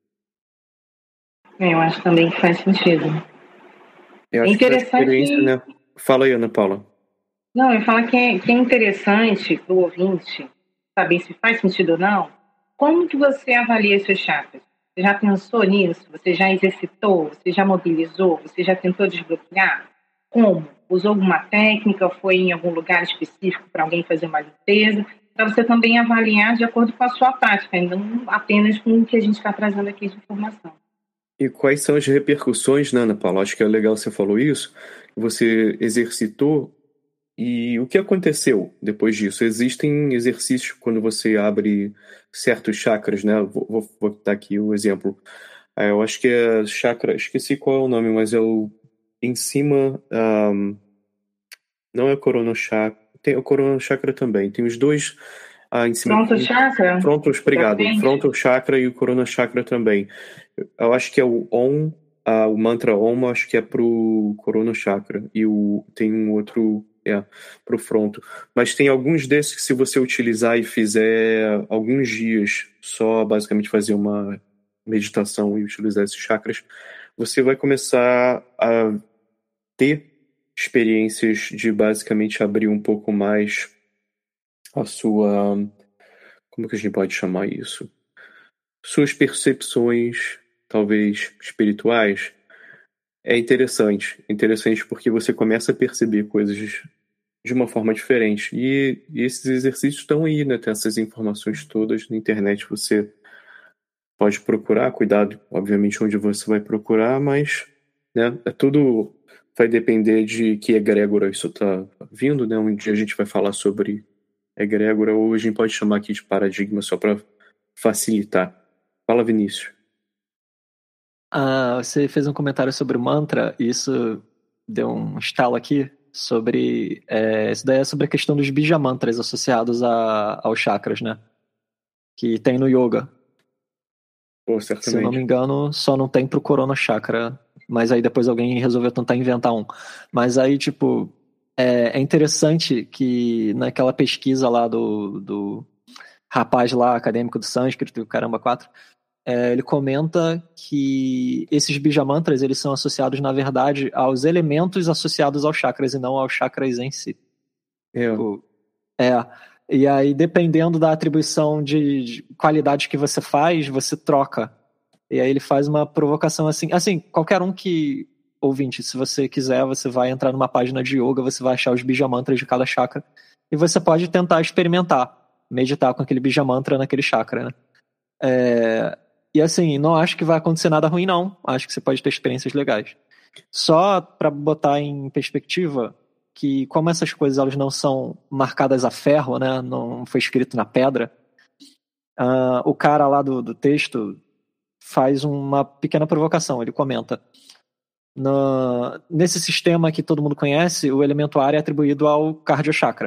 Eu acho também que faz sentido. Eu acho é interessante. Que, né? Fala aí, Ana Paula. Não, eu falo que é, que é interessante para o ouvinte saber se faz sentido ou não. Como que você avalia seus chakras? Você já pensou nisso? Você já exercitou? Você já mobilizou? Você já tentou desbloquear? Como? Usou alguma técnica? Foi em algum lugar específico para alguém fazer uma limpeza? Para você também avaliar de acordo com a sua prática, não apenas com o que a gente está trazendo aqui de informação. E quais são as repercussões, né, Ana Paula? Acho que é legal você falou isso. Você exercitou e o que aconteceu depois disso? Existem exercícios quando você abre certos chakras, né? Vou, vou, vou dar aqui o exemplo. É, eu acho que é chakra, esqueci qual é o nome, mas é o em cima, um, não é Corona Chakra, tem o Corona Chakra também. Tem os dois ah, em cima. Frontal Chakra? Frontal, obrigado. Frontal Chakra e o Corona Chakra também. Eu acho que é o Om, ah, o mantra Om, eu acho que é pro Corona Chakra. E o, tem um outro, é, pro Frontal. Mas tem alguns desses que, se você utilizar e fizer alguns dias, só basicamente fazer uma meditação e utilizar esses chakras, você vai começar a ter experiências de basicamente abrir um pouco mais a sua... Como que a gente pode chamar isso? Suas percepções, talvez, espirituais. É interessante. Interessante porque você começa a perceber coisas de uma forma diferente. E, e esses exercícios estão aí, né? Tem essas informações todas na internet. Você pode procurar, cuidado, obviamente, onde você vai procurar, mas, né, é tudo vai depender de que egrégora isso está vindo, né? Um dia a gente vai falar sobre egrégora, ou a gente pode chamar aqui de paradigma só para facilitar. Fala, Vinícius. Ah, você fez um comentário sobre o mantra, e isso deu um estalo aqui sobre... É, isso daí é sobre a questão dos bija mantras associados a, aos chakras, né? Que tem no yoga. Pô, certamente. Se eu não me engano, só não tem pro Corona Chakra. Mas aí depois alguém resolveu tentar inventar um. Mas aí, tipo, é, é interessante que naquela pesquisa lá do, do rapaz lá, acadêmico do sânscrito, o caramba quatro, é, ele comenta que esses bija mantras, eles são associados, na verdade, aos elementos associados aos chakras e não aos chakras em si. É. Tipo, é... E aí, dependendo da atribuição de, de qualidade que você faz, você troca. E aí ele faz uma provocação assim. Assim, qualquer um que... Ouvinte, se você quiser, você vai entrar numa página de yoga, você vai achar os bija mantras de cada chakra. E você pode tentar experimentar, meditar com aquele bija mantra naquele chakra, né? É, e assim, não acho que vai acontecer nada ruim, não. Acho que você pode ter experiências legais. Só para botar em perspectiva... que como essas coisas elas não são marcadas a ferro, né, não foi escrito na pedra, uh, o cara lá do, do texto faz uma pequena provocação. Ele comenta: no, nesse sistema que todo mundo conhece, o elemento ar é atribuído ao cardiochakra.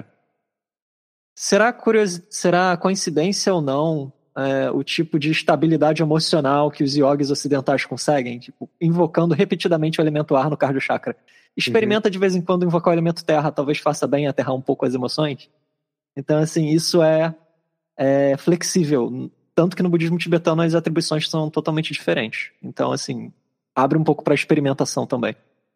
Será, curiosi- será coincidência ou não é, o tipo de estabilidade emocional que os yogis ocidentais conseguem, tipo, invocando repetidamente o elemento ar no cardiochakra? Experimenta de vez em quando invocar o elemento terra, talvez faça bem aterrar um pouco as emoções. Então, assim, isso é, é flexível. Tanto que no budismo tibetano as atribuições são totalmente diferentes. Então, assim, abre um pouco para experimentação também.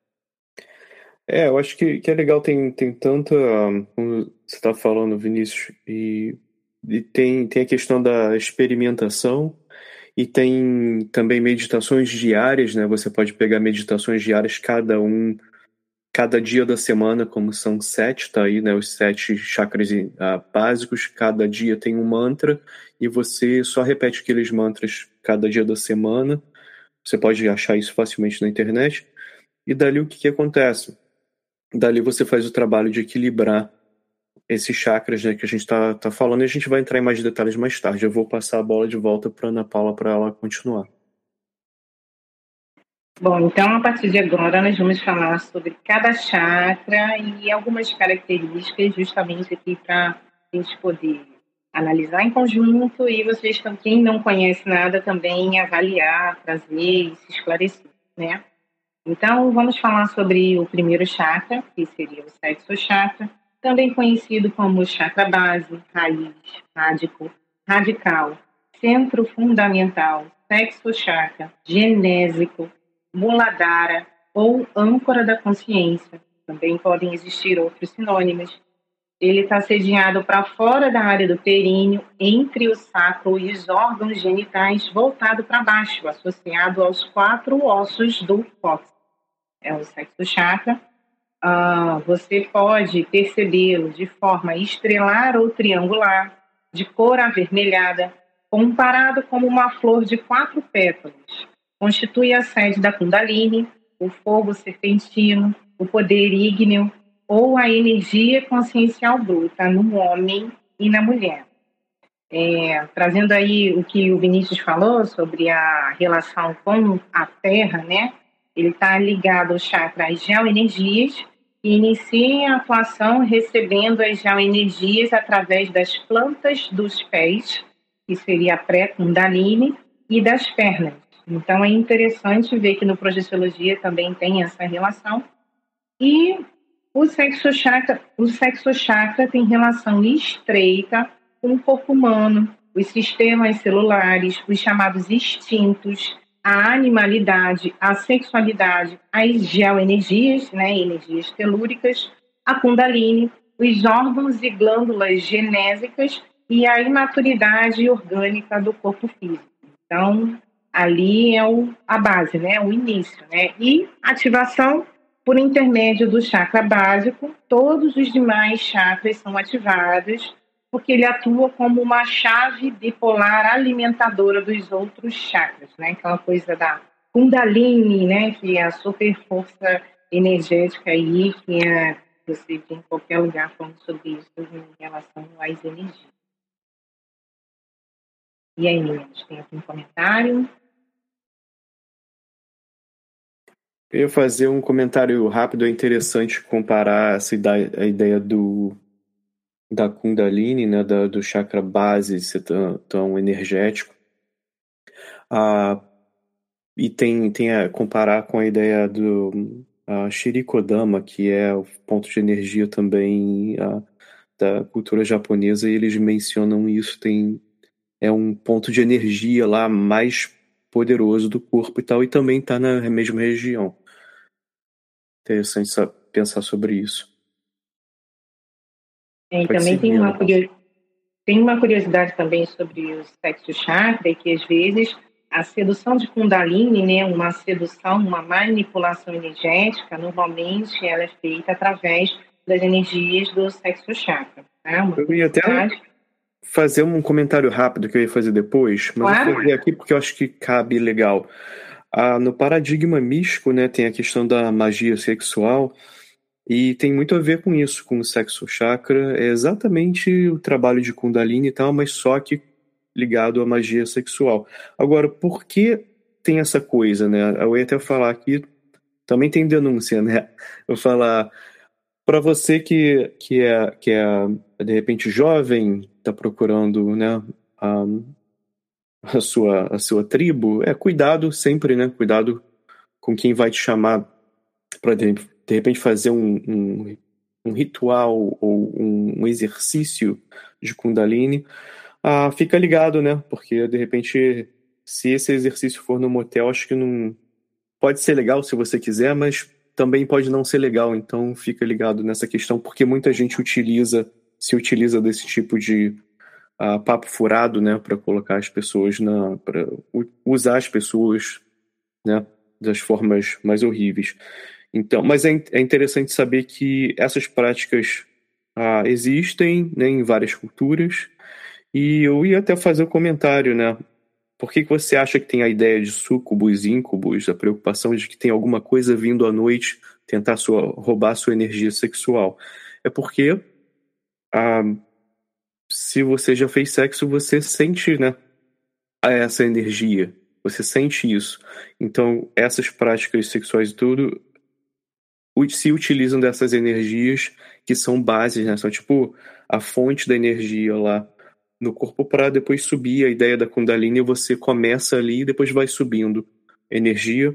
É, eu acho que, que é legal, tem, tem tanta... Como você está falando, Vinícius, e, e tem, tem a questão da experimentação e tem também meditações diárias, né? Você pode pegar meditações diárias, cada um... Cada dia da semana, como são sete, tá aí, né, os sete chakras uh, básicos, cada dia tem um mantra, e você só repete aqueles mantras cada dia da semana. Você pode achar isso facilmente na internet. E dali o que, que acontece? Dali você faz o trabalho de equilibrar esses chakras, né, que a gente tá, tá falando, e a gente vai entrar em mais detalhes mais tarde. Eu vou passar a bola de volta para Ana Paula para ela continuar. Bom, então, a partir de agora, nós vamos falar sobre cada chakra e algumas características, justamente aqui para a gente poder analisar em conjunto e vocês, quem não conhece nada, também avaliar, trazer e se esclarecer, né? Então, vamos falar sobre o primeiro chakra, que seria o sexto chakra, também conhecido como chakra base, raiz, rádico, radical, centro fundamental, sexto chakra, genésico, Muladhara ou âncora da consciência. Também podem existir outros sinônimos. Ele está sediado para fora da área do períneo, entre o sacro e os órgãos genitais, voltado para baixo, associado aos quatro ossos do cóccix. É o sexto chakra. Ah, você pode percebê-lo de forma estrelar ou triangular, de cor avermelhada, comparado como uma flor de quatro pétalas. Constitui a sede da Kundalini, o fogo serpentino, o poder ígneo ou a energia consciencial bruta no homem e na mulher. É, trazendo aí o que o Vinícius falou sobre a relação com a Terra, né? Ele está ligado ao chakra às geoenergias e inicia a atuação recebendo as geoenergias através das plantas dos pés, que seria a pré-kundalini, e das pernas. Então, é interessante ver que no Projeciologia também tem essa relação. E o sexo chakra, o sexo chakra tem relação estreita com o corpo humano, os sistemas celulares, os chamados instintos, a animalidade, a sexualidade, as geoenergias, né, energias telúricas, a kundalini, os órgãos e glândulas genésicas e a imaturidade orgânica do corpo físico. Então, ali é o, a base, né, o início, né? E ativação por intermédio do chakra básico, todos os demais chakras são ativados, porque ele atua como uma chave bipolar alimentadora dos outros chakras, né? Aquela coisa da Kundalini, né? Que é a super força energética aí, que é, você vê em qualquer lugar falando sobre isso em relação às energias. E aí, meninos, tem algum comentário? Eu ia fazer um comentário rápido. É interessante comparar essa ideia, a ideia do, da Kundalini, né, da, do chakra base ser tão, tão energético. Ah, e tem, tem a comparar com a ideia do a Shirikodama, que é o ponto de energia também a, da cultura japonesa, e eles mencionam isso. Tem, é um ponto de energia lá mais poderoso do corpo e tal, e também está na mesma região. Interessante pensar sobre isso. É, e também tem uma, curios... tem uma curiosidade também sobre o sexo chakra, que às vezes a sedução de Kundalini, né, uma sedução, uma manipulação energética, normalmente ela é feita através das energias do sexo chakra. Né? Uma eu ia até fazer um comentário rápido que eu ia fazer depois, mas claro. Eu vou fazer aqui porque eu acho que cabe legal. Ah, no paradigma místico, né, tem a questão da magia sexual, e tem muito a ver com isso, com o sexo chakra. É exatamente o trabalho de Kundalini e tal, mas só que ligado à magia sexual. Agora, por que tem essa coisa, né? Eu ia até falar aqui, também tem denúncia, né? Eu falar, para você que, que, é, que é, de repente, jovem, está procurando, né, a, a, sua, a sua tribo, é cuidado sempre, né? Cuidado com quem vai te chamar para, de, de repente, fazer um, um, um ritual ou um, um exercício de Kundalini. Ah, fica ligado, né? Porque, de repente, se esse exercício for no motel, acho que não... Pode ser legal se você quiser, mas também pode não ser legal. Então, fica ligado nessa questão, porque muita gente utiliza, se utiliza desse tipo de uh, papo furado, né? Para colocar as pessoas na... para usar as pessoas, né? Das formas mais horríveis. Então, mas é, é interessante saber que essas práticas uh, existem, né, em várias culturas. E eu ia até fazer um comentário, né? Por que, que você acha que tem a ideia de súcubos, íncubos, a preocupação de que tem alguma coisa vindo à noite tentar sua, roubar sua energia sexual? É porque ah, se você já fez sexo, você sente, né, essa energia. Você sente isso. Então, essas práticas sexuais e tudo se utilizam dessas energias que são bases, né? São tipo a fonte da energia lá no corpo para depois subir. A ideia da Kundalini, você começa ali e depois vai subindo energia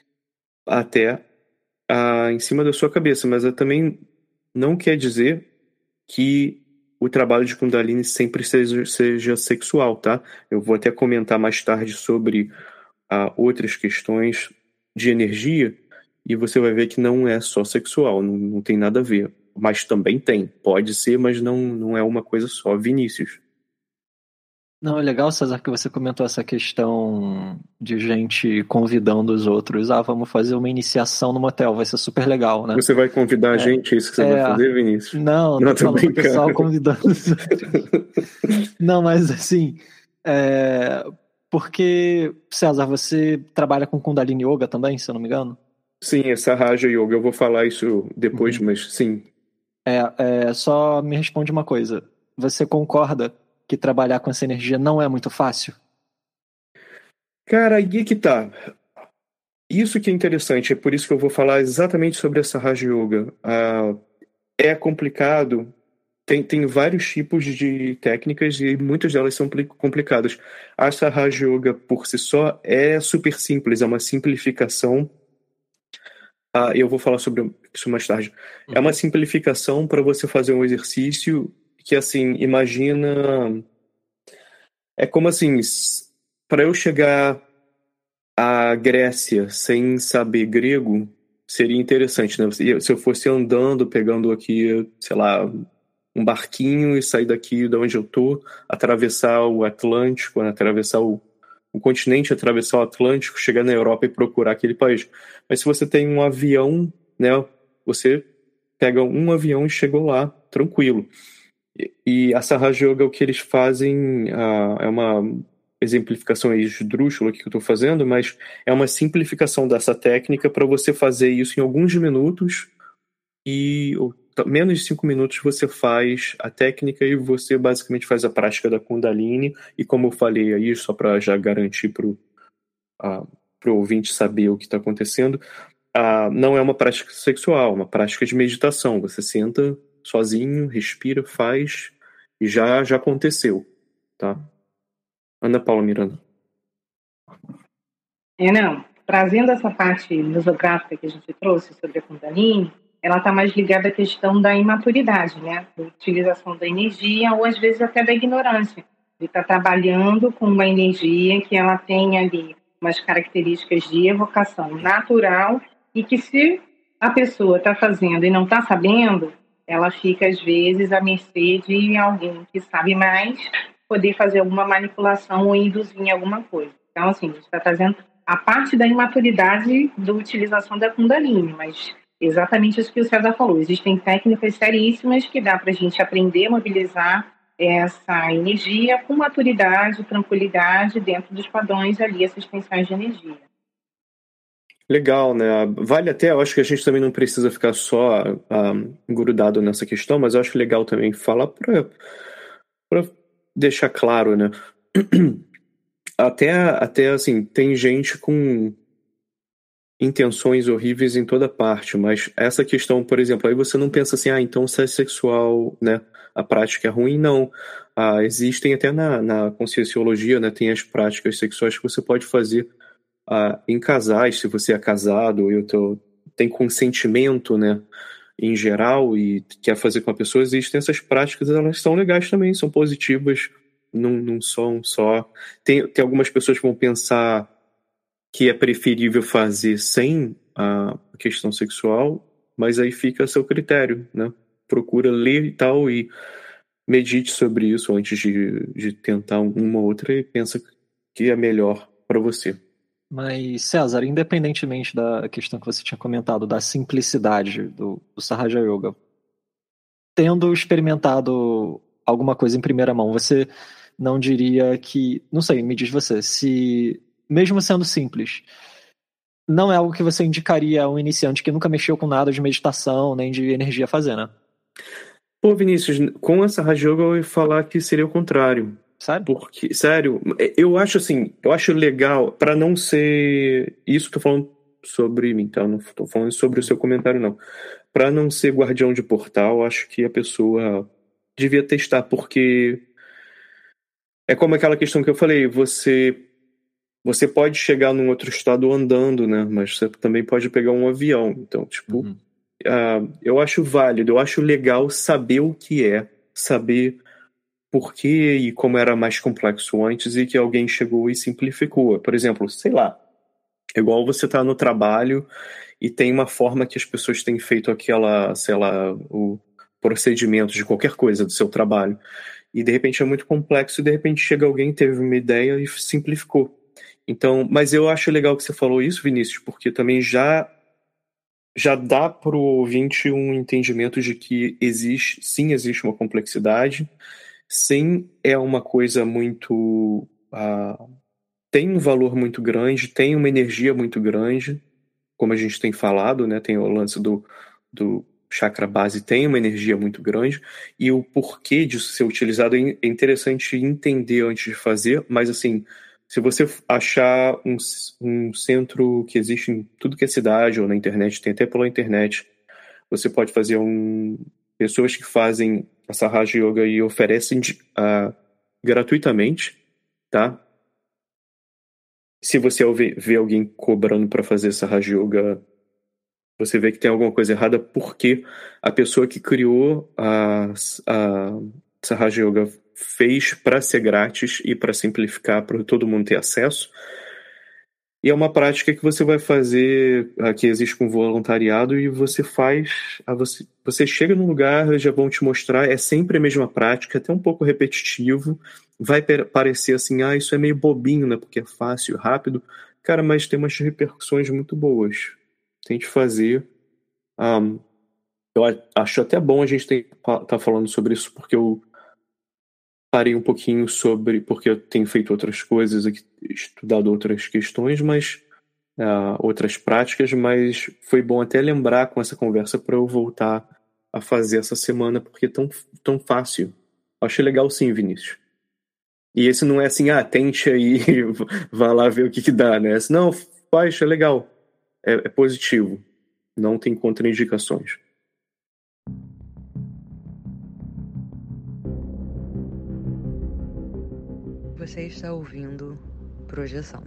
até a, em cima da sua cabeça. Mas também não quer dizer que o trabalho de Kundalini sempre seja, seja sexual, tá? Eu vou até comentar mais tarde sobre uh, outras questões de energia e você vai ver que não é só sexual, não, não tem nada a ver. Mas também tem, pode ser, mas não, não é uma coisa só. Vinícius. Não, é legal, César, que você comentou essa questão de gente convidando os outros. Ah, vamos fazer uma iniciação no motel, vai ser super legal, né? Você vai convidar a gente, é isso que você é... vai fazer, Vinícius? Não, não tô falando do pessoal convidando os outros. Não, mas assim, é... porque, César, você trabalha com Kundalini Yoga também, se eu não me engano? Sim, essa Raja Yoga, eu vou falar isso depois, uhum. Mas sim. É, é, só me responde uma coisa. Você concorda que trabalhar com essa energia não é muito fácil? Cara, aí que tá. Isso que é interessante, é por isso que eu vou falar exatamente sobre essa Raja Yoga. Ah, é complicado, tem, tem vários tipos de técnicas e muitas delas são complicadas. A Raja Yoga, por si só, é super simples, é uma simplificação. Ah, eu vou falar sobre isso mais tarde. Uhum. É uma simplificação para você fazer um exercício que, assim, imagina... É como assim, para eu chegar à Grécia sem saber grego, seria interessante, né? Se eu fosse andando, pegando aqui, sei lá, um barquinho e sair daqui de onde eu tô, atravessar o Atlântico, atravessar o, o continente, atravessar o Atlântico, chegar na Europa e procurar aquele país. Mas se você tem um avião, né? Você pega um avião e chegou lá, tranquilo. E a Raja Yoga, o que eles fazem, uh, é uma exemplificação esdrúxula que eu estou fazendo, mas é uma simplificação dessa técnica para você fazer isso em alguns minutos e ou, menos de cinco minutos você faz a técnica e você basicamente faz a prática da Kundalini. E como eu falei aí, só para já garantir para o uh, ouvinte saber o que está acontecendo, uh, não é uma prática sexual, é uma prática de meditação. Você senta sozinho, respira, faz e já, já aconteceu, tá? Ana Paula Miranda. É, não. Trazendo essa parte nosográfica que a gente trouxe sobre a Kundalini, ela está mais ligada à questão da imaturidade, né? Da utilização da energia ou às vezes até da ignorância. De estar tá trabalhando com uma energia que ela tem ali umas características de evocação natural e que se a pessoa está fazendo e não está sabendo, ela fica, às vezes, à mercê de alguém que sabe mais poder fazer alguma manipulação ou induzir em alguma coisa. Então, assim, a gente está trazendo a parte da imaturidade da utilização da Kundalini, mas exatamente isso que o César falou. Existem técnicas seríssimas que dá para a gente aprender a mobilizar essa energia com maturidade, tranquilidade, dentro dos padrões ali assistenciais de energia. Legal, né? Vale até, eu acho que a gente também não precisa ficar só um, grudado nessa questão, mas eu acho legal também falar para deixar claro, né? Até, até, assim, tem gente com intenções horríveis em toda parte, mas essa questão, por exemplo, aí você não pensa assim, ah, então se é sexual, né? A prática é ruim, não. Ah, existem até na, na Conscienciologia, né? Tem as práticas sexuais que você pode fazer Uh, em casais, se você é casado eu tô, tem consentimento, né, em geral e quer fazer com a pessoa, existem essas práticas, elas são legais também, são positivas, não, não são só... Tem, tem algumas pessoas que vão pensar que é preferível fazer sem a questão sexual, mas aí fica a seu critério, né? Procura ler e tal e medite sobre isso antes de, de tentar uma ou outra e pensa que é melhor para você. Mas, César, independentemente da questão que você tinha comentado, da simplicidade do, do Raja Yoga, tendo experimentado alguma coisa em primeira mão, você não diria que... Não sei, me diz você, se, mesmo sendo simples, não é algo que você indicaria a um iniciante que nunca mexeu com nada de meditação, nem de energia fazer, né? Pô, Vinícius, com essa Raja Yoga eu ia falar que seria o contrário. Sério? Porque, sério, eu acho assim, eu acho legal, para não ser... Isso tô falando sobre mim, tá? Não tô falando sobre o seu comentário, não. Para não ser guardião de portal, acho que a pessoa devia testar, porque é como aquela questão que eu falei, você, você pode chegar num outro estado andando, né? Mas você também pode pegar um avião. Então, tipo, uhum. uh, eu acho válido, eu acho legal saber o que é, saber por que e como era mais complexo antes e que alguém chegou e simplificou. Por exemplo, sei lá, igual você tá no trabalho e tem uma forma que as pessoas têm feito aquela, sei lá, o procedimento de qualquer coisa do seu trabalho. E de repente é muito complexo e de repente chega alguém, teve uma ideia e simplificou. Então, mas eu acho legal que você falou isso, Vinícius, porque também já já dá pro ouvinte um entendimento de que existe, sim, existe uma complexidade. Sim, é uma coisa muito... Uh, tem um valor muito grande, tem uma energia muito grande, como a gente tem falado, né? Tem o lance do, do chakra base, tem uma energia muito grande, e o porquê disso ser utilizado é interessante entender antes de fazer, mas assim, Se você achar um, um centro que existe em tudo que é cidade ou na internet, tem até pela internet, você pode fazer um... pessoas que fazem essa Raja Yoga e oferecem uh, gratuitamente, tá? Se você vê alguém cobrando para fazer essa Raja Yoga, você vê que tem alguma coisa errada, porque a pessoa que criou a, a, essa Raja Yoga fez para ser grátis e para simplificar, para todo mundo ter acesso. E é uma prática que você vai fazer, que existe com voluntariado, e você faz, você, você chega num lugar, já vão te mostrar, é sempre a mesma prática, até um pouco repetitivo, vai parecer assim, ah, isso é meio bobinho, né, porque é fácil, rápido, cara, mas tem umas repercussões muito boas. Tente fazer. Um, eu acho até bom a gente estar tá falando sobre isso, porque eu parei um pouquinho sobre, porque eu tenho feito outras coisas, estudado outras questões, mas uh, outras práticas, mas foi bom até lembrar com essa conversa para eu voltar a fazer essa semana, porque é tão, tão fácil. Achei legal sim, Vinícius. E esse não é assim, ah, tente aí, vá lá ver o que que dá, né? Esse, não, faz, é legal, é, é positivo, não tem contraindicações. Você está ouvindo Projeção.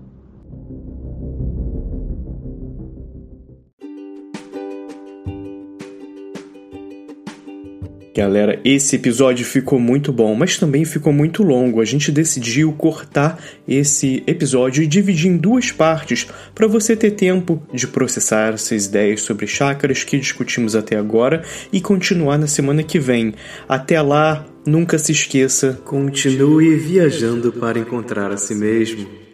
Galera, esse episódio ficou muito bom, mas também ficou muito longo. A gente decidiu cortar esse episódio e dividir em duas partes para você ter tempo de processar essas ideias sobre chakras que discutimos até agora e continuar na semana que vem. Até lá, nunca se esqueça, continue viajando para encontrar a si mesmo.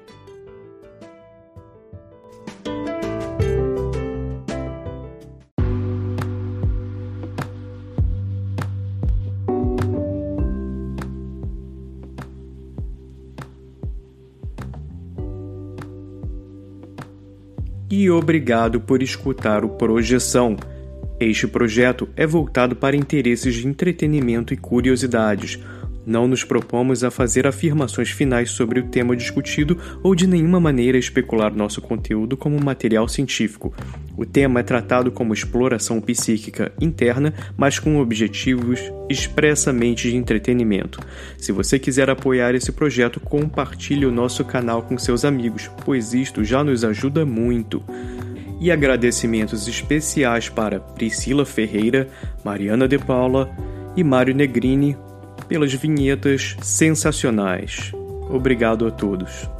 E obrigado por escutar o Projeção. Este projeto é voltado para interesses de entretenimento e curiosidades. Não nos propomos a fazer afirmações finais sobre o tema discutido ou de nenhuma maneira especular nosso conteúdo como material científico. O tema é tratado como exploração psíquica interna, mas com objetivos expressamente de entretenimento. Se você quiser apoiar esse projeto, compartilhe o nosso canal com seus amigos, pois isto já nos ajuda muito. E agradecimentos especiais para Priscila Ferreira, Mariana de Paula e Mário Negrini pelas vinhetas sensacionais. Obrigado a todos.